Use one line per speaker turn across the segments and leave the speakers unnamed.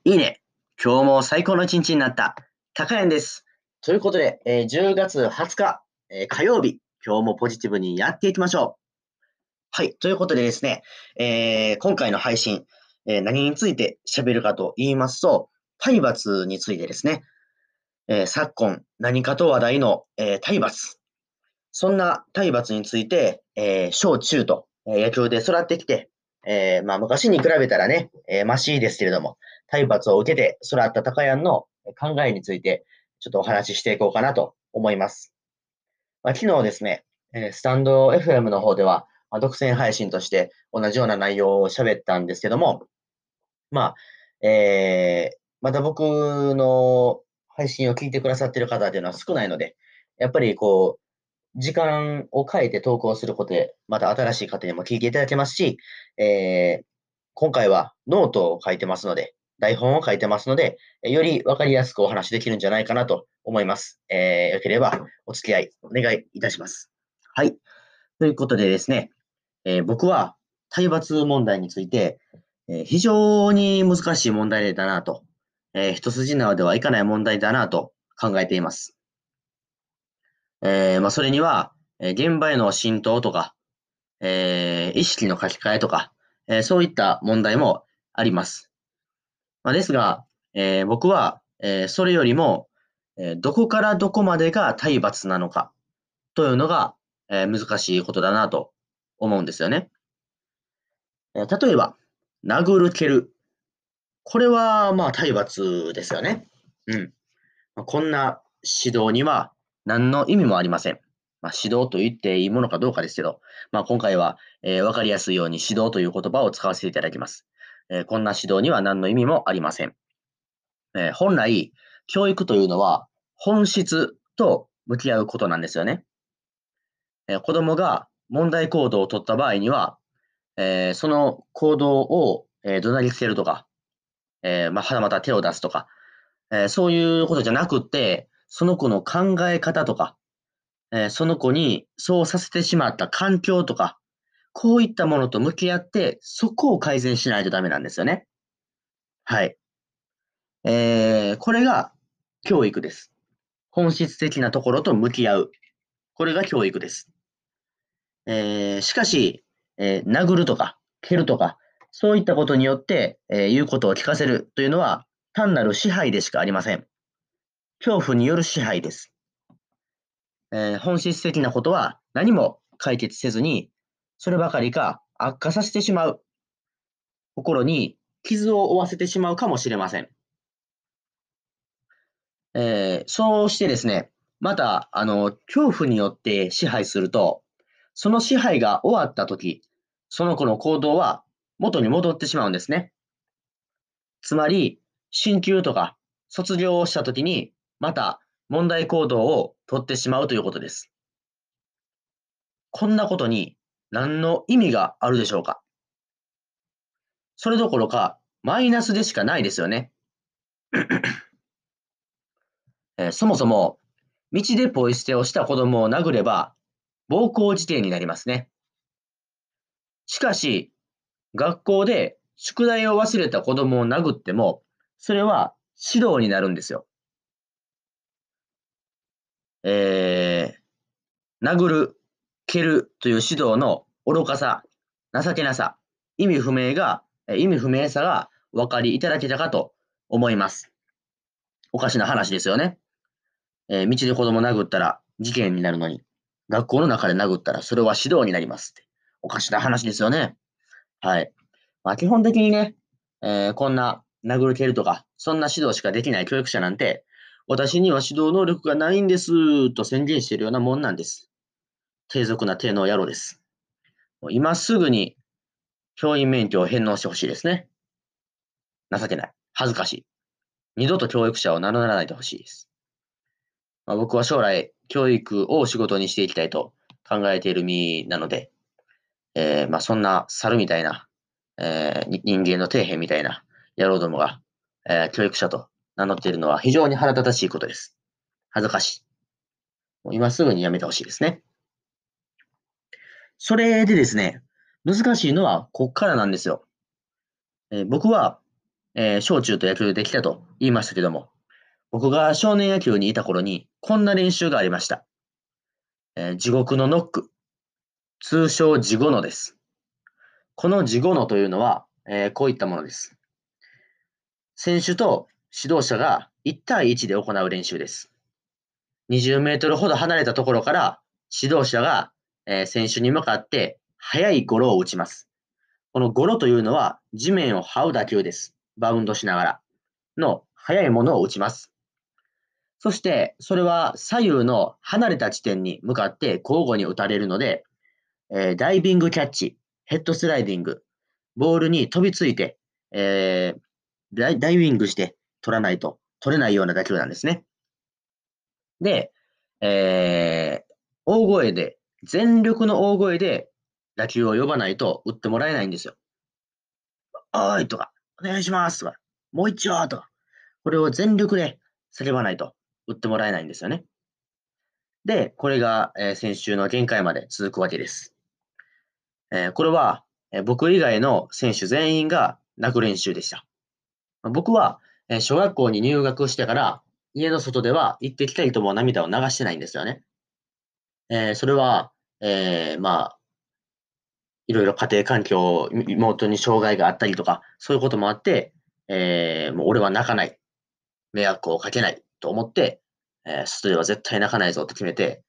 いいね。今日も最高の一日になった。高谷です。ということで、10月20日、火曜日、今日もポジティブにやっていきましょう。はい。ということでですね、今回の配信、何について喋るかと言いますと、体罰についてですね、昨今何かと話題の、体罰。そんな体罰について、小中と、野球で育ってきて、昔に比べたらね、マシですけれども、体罰を受けて育った高谷の考えについて、ちょっとお話ししていこうかなと思います。昨日ですね、スタンド FM の方では、独占配信として同じような内容を喋ったんですけども、まだ僕の配信を聞いてくださっている方っていうのは少ないので、やっぱり時間を変えて投稿することで、また新しい方にも聞いていただけますし、今回はノートを書いてますので、台本を書いてますので、よりわかりやすくお話できるんじゃないかなと思います。よければお付き合いお願いいたします。はい。ということでですね、僕は体罰問題について、非常に難しい問題だなと、一筋縄ではいかない問題だなと考えています。それには、現場への浸透とか、意識の書き換えとか、そういった問題もあります。ですが、僕は、それよりも、どこからどこまでが体罰なのかというのが、難しいことだなと思うんですよね。例えば、殴る蹴る。これは、体罰ですよね。うん。こんな指導には何の意味もありません。指導と言っていいものかどうかですけど、今回は、わかりやすいように指導という言葉を使わせていただきます。こんな指導には何の意味もありません。本来、教育というのは本質と向き合うことなんですよね。子供が問題行動を取った場合には、その行動を、怒鳴りつけるとか、はたまた手を出すとか、そういうことじゃなくって、その子の考え方とか、その子にそうさせてしまった環境とか、こういったものと向き合って、そこを改善しないとダメなんですよね。はい。これが教育です。本質的なところと向き合う。これが教育です。しかし、殴るとか、蹴るとか、そういったことによって、言うことを聞かせるというのは、単なる支配でしかありません。恐怖による支配です。本質的なことは何も解決せずに、そればかりか悪化させてしまう。心に傷を負わせてしまうかもしれません。そうしてですね、また、恐怖によって支配すると、その支配が終わったとき、その子の行動は元に戻ってしまうんですね。つまり、進級とか卒業をしたときに、また問題行動を取ってしまうということです。こんなことに何の意味があるでしょうか？それどころか、マイナスでしかないですよね。そもそも、道でポイ捨てをした子供を殴れば、暴行事件になりますね。しかし、学校で宿題を忘れた子供を殴っても、それは指導になるんですよ。殴る、蹴るという指導の愚かさ、情けなさ、意味不明さがお分かりいただけたかと思います。おかしな話ですよね。道で子供殴ったら事件になるのに、学校の中で殴ったらそれは指導になりますって。おかしな話ですよね。はい。基本的にね、こんな殴る蹴るとか、そんな指導しかできない教育者なんて、私には指導能力がないんですと宣言しているようなもんなんです。低俗な低能野郎です。もう今すぐに教員免許を返納してほしいですね。情けない。恥ずかしい。二度と教育者を名乗らないでほしいです。僕は将来、教育を仕事にしていきたいと考えている身なので、そんな猿みたいな、人間の底辺みたいな野郎どもが、教育者と名乗っているのは非常に腹立たしいことです。恥ずかしい。もう今すぐにやめてほしいですね。それでですね、難しいのはこっからなんですよ。僕は、 小中と野球できたと言いましたけども、僕が少年野球にいた頃にこんな練習がありました。地獄のノック、通称地ゴノです。この地ゴノというのは、こういったものです。選手と指導者が1対1で行う練習です。20メートルほど離れたところから指導者が、選手に向かって速いゴロを打ちます。このゴロというのは地面を這う打球です。バウンドしながらの速いものを打ちます。そして、それは左右の離れた地点に向かって交互に打たれるので、ダイビングキャッチ、ヘッドスライディング、ボールに飛びついて、ダイビングして取らないと取れないような打球なんですね。で、大声で、全力の大声で打球を呼ばないと打ってもらえないんですよ。おーいとか、お願いしますとか、もう一丁とか、これを全力で叫ばないと打ってもらえないんですよね。で、これが、先週の限界まで続くわけです。これは、僕以外の選手全員が泣く練習でした。僕は、小学校に入学してから、家の外では一滴たりとも涙を流してないんですよね。それは、いろいろ家庭環境、妹に障害があったりとか、そういうこともあって、もう俺は泣かない、迷惑をかけないと思って、外では絶対泣かないぞと決めて、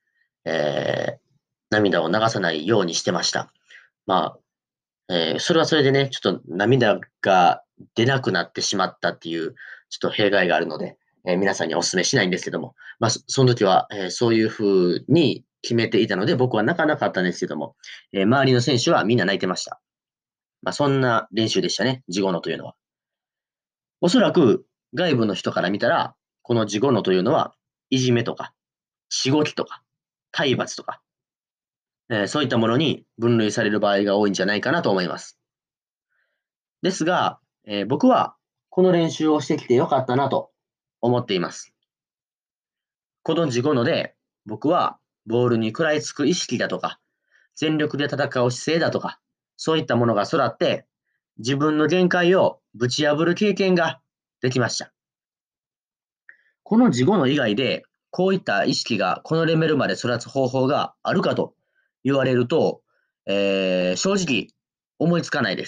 涙を流さないようにしてました。まそれはそれでね、ちょっと涙が出なくなってしまったっていう、ちょっと弊害があるので、皆さんにはお勧めしないんですけども、その時は、そういう風に決めていたので、僕は泣かなかったんですけども、周りの選手はみんな泣いてました。そんな練習でしたね、ジゴノというのは。おそらく外部の人から見たら、このジゴノというのは、いじめとか、しごきとか、体罰とか、そういったものに分類される場合が多いんじゃないかなと思います。ですが、僕はこの練習をしてきてよかったなと思っています。この事故ので、僕はボールに食らいつく意識だとか、全力で戦う姿勢だとか、そういったものが育って、自分の限界をぶち破る経験ができました。この事故の以外で、こういった意識がこのレベルまで育つ方法があるかと言われると、正直思いつかないです。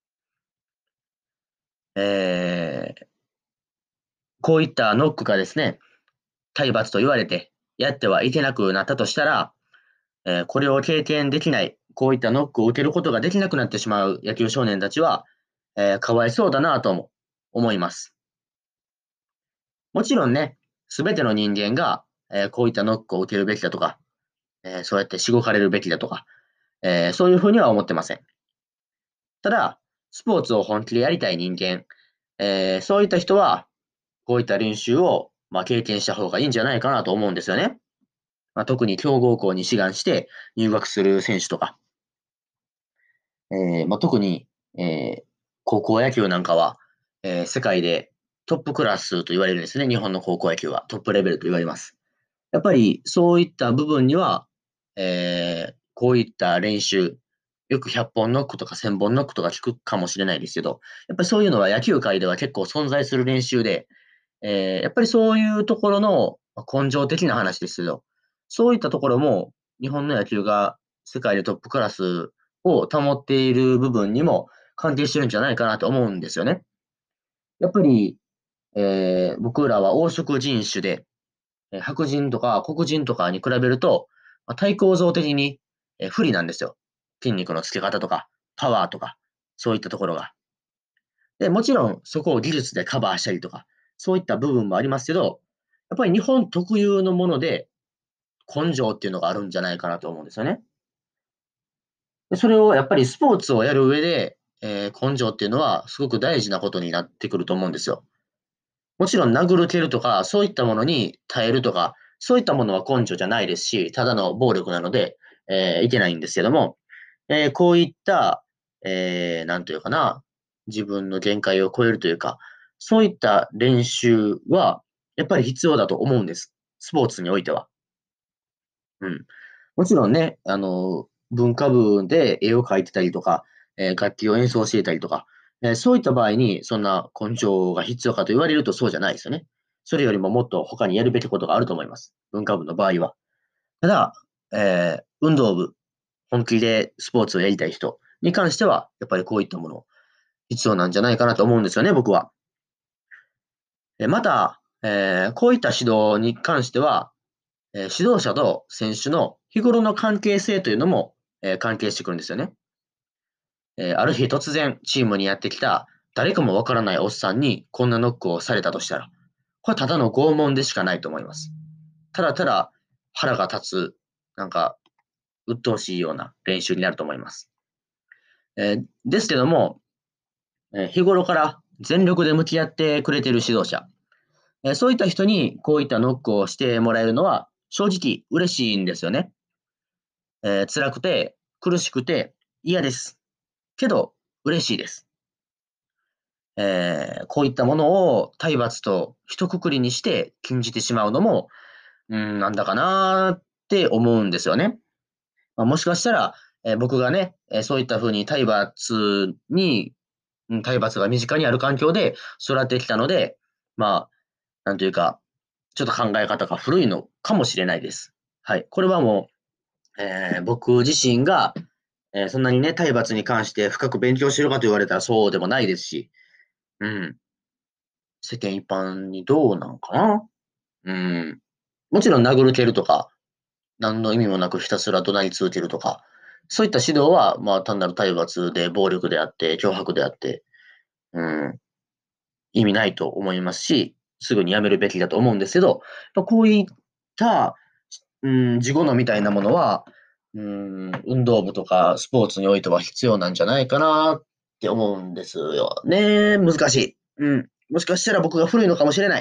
えーこういったノックがですね、体罰と言われてやってはいけなくなったとしたら、これを経験できない、こういったノックを受けることができなくなってしまう野球少年たちは、かわいそうだなとも思います。もちろんね、すべての人間が、こういったノックを受けるべきだとか、そうやってしごかれるべきだとか、そういうふうには思ってません。ただ、スポーツを本気でやりたい人間、そういった人は、こういった練習を、経験した方がいいんじゃないかなと思うんですよね。特に強豪校に志願して入学する選手とか、特に、えー高校野球なんかは、世界でトップクラスと言われるんですね。日本の高校野球はトップレベルと言われます。やっぱりそういった部分には、こういった練習、よく100本ノックとか1000本ノックとか聞くかもしれないですけど、やっぱりそういうのは野球界では結構存在する練習で、やっぱりそういうところの根性的な話ですけど、そういったところも日本の野球が世界でトップクラスを保っている部分にも関係してるんじゃないかなと思うんですよね。やっぱり、僕らは黄色人種で、白人とか黒人とかに比べると、体構造的に、不利なんですよ。筋肉のつけ方とか、パワーとか、そういったところが。で、もちろんそこを技術でカバーしたりとか、そういった部分もありますけど、やっぱり日本特有のもので根性っていうのがあるんじゃないかなと思うんですよね。で、それをやっぱりスポーツをやる上で、根性っていうのはすごく大事なことになってくると思うんですよ。もちろん殴る蹴るとか、そういったものに耐えるとか、そういったものは根性じゃないですし、ただの暴力なので、いけないんですけども、こういった、なんというかな、自分の限界を超えるというか、そういった練習はやっぱり必要だと思うんです。スポーツにおいては。うん。もちろんね、文化部で絵を描いてたりとか、楽器を演奏していたりとか、 そういった場合に、そんな根性が必要かと言われるとそうじゃないですよね。それよりももっと他にやるべきことがあると思います。文化部の場合は。ただ、運動部、本気でスポーツをやりたい人に関しては、やっぱりこういったもの必要なんじゃないかなと思うんですよね、僕は。また、こういった指導に関しては、指導者と選手の日頃の関係性というのも、関係してくるんですよね。ある日突然チームにやってきた誰かもわからないおっさんにこんなノックをされたとしたら、これはただの拷問でしかないと思います。ただただ腹が立つ、なんか鬱陶しいような練習になると思います。ですけども、日頃から全力で向き合ってくれている指導者、そういった人にこういったノックをしてもらえるのは正直嬉しいんですよね。辛くて苦しくて嫌です。けど嬉しいです。こういったものを体罰と一括りにして禁じてしまうのも、なんだかなって思うんですよね。もしかしたら、僕がね、そういった風に体罰が身近にある環境で育ってきたので、まあ、なんというか、ちょっと考え方が古いのかもしれないです。はい。これはもう、僕自身が、そんなにね、体罰に関して深く勉強してるかと言われたらそうでもないですし、うん。世間一般にどうなんかな。うん。もちろん殴る蹴るとか、何の意味もなくひたすら怒鳴り続けるとか、そういった指導は、単なる体罰で暴力であって、脅迫であって、うん、意味ないと思いますし、すぐにやめるべきだと思うんですけど、こういった、地好みたいなものは、運動部とかスポーツにおいては必要なんじゃないかなって思うんですよね。難しい。もしかしたら僕が古いのかもしれない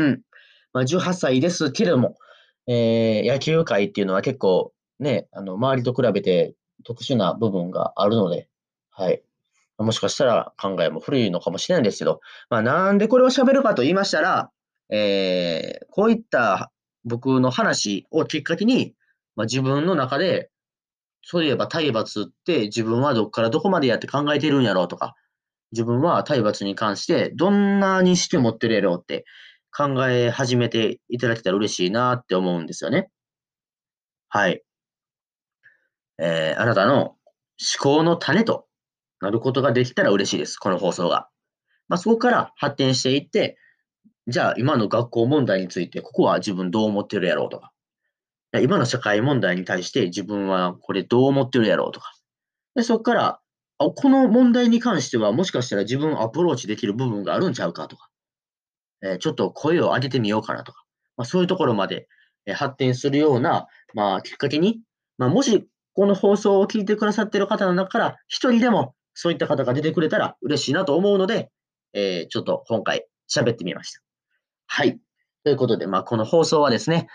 。18歳ですけれども、野球界っていうのは結構ね、周りと比べて特殊な部分があるので、はい。もしかしたら考えも古いのかもしれないんですけど、なんでこれを喋るかと言いましたら、こういった僕の話をきっかけに、自分の中で、そういえば体罰って自分はどっからどこまでやって考えてるんやろうとか、自分は体罰に関してどんな認識を持ってるやろうって考え始めていただけたら嬉しいなって思うんですよね。はい。あなたの思考の種となることができたら嬉しいです。この放送が。そこから発展していって、じゃあ今の学校問題について、ここは自分どう思ってるやろうとか、今の社会問題に対して自分はこれどう思ってるやろうとか。で、そこから、この問題に関してはもしかしたら自分アプローチできる部分があるんちゃうかとか、ちょっと声を上げてみようかなとか、そういうところまで、発展するような、きっかけに、もしこの放送を聞いてくださっている方の中から一人でもそういった方が出てくれたら嬉しいなと思うので、ちょっと今回喋ってみました。はい。ということで、この放送はですね、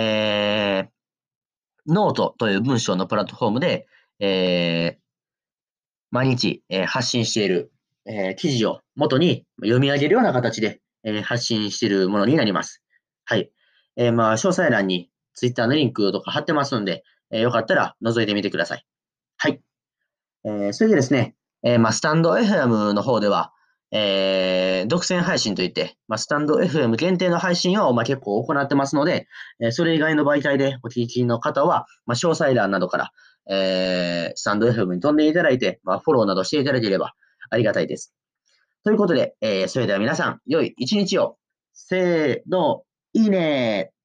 ノートという文章のプラットフォームで、えー毎日、発信している、記事を元に読み上げるような形で、発信しているものになります。はい。詳細欄に Twitter のリンクとか貼ってますので、よかったら覗いてみてください。はい。それでですね、スタンド FM の方では、独占配信といって、スタンド FM 限定の配信を、結構行ってますので、それ以外の媒体でお聞きの方は、詳細欄などから、スタンド FM に飛んでいただいて、フォローなどしていただければありがたいです。ということで、それでは皆さん、良い一日を。せーの、いいね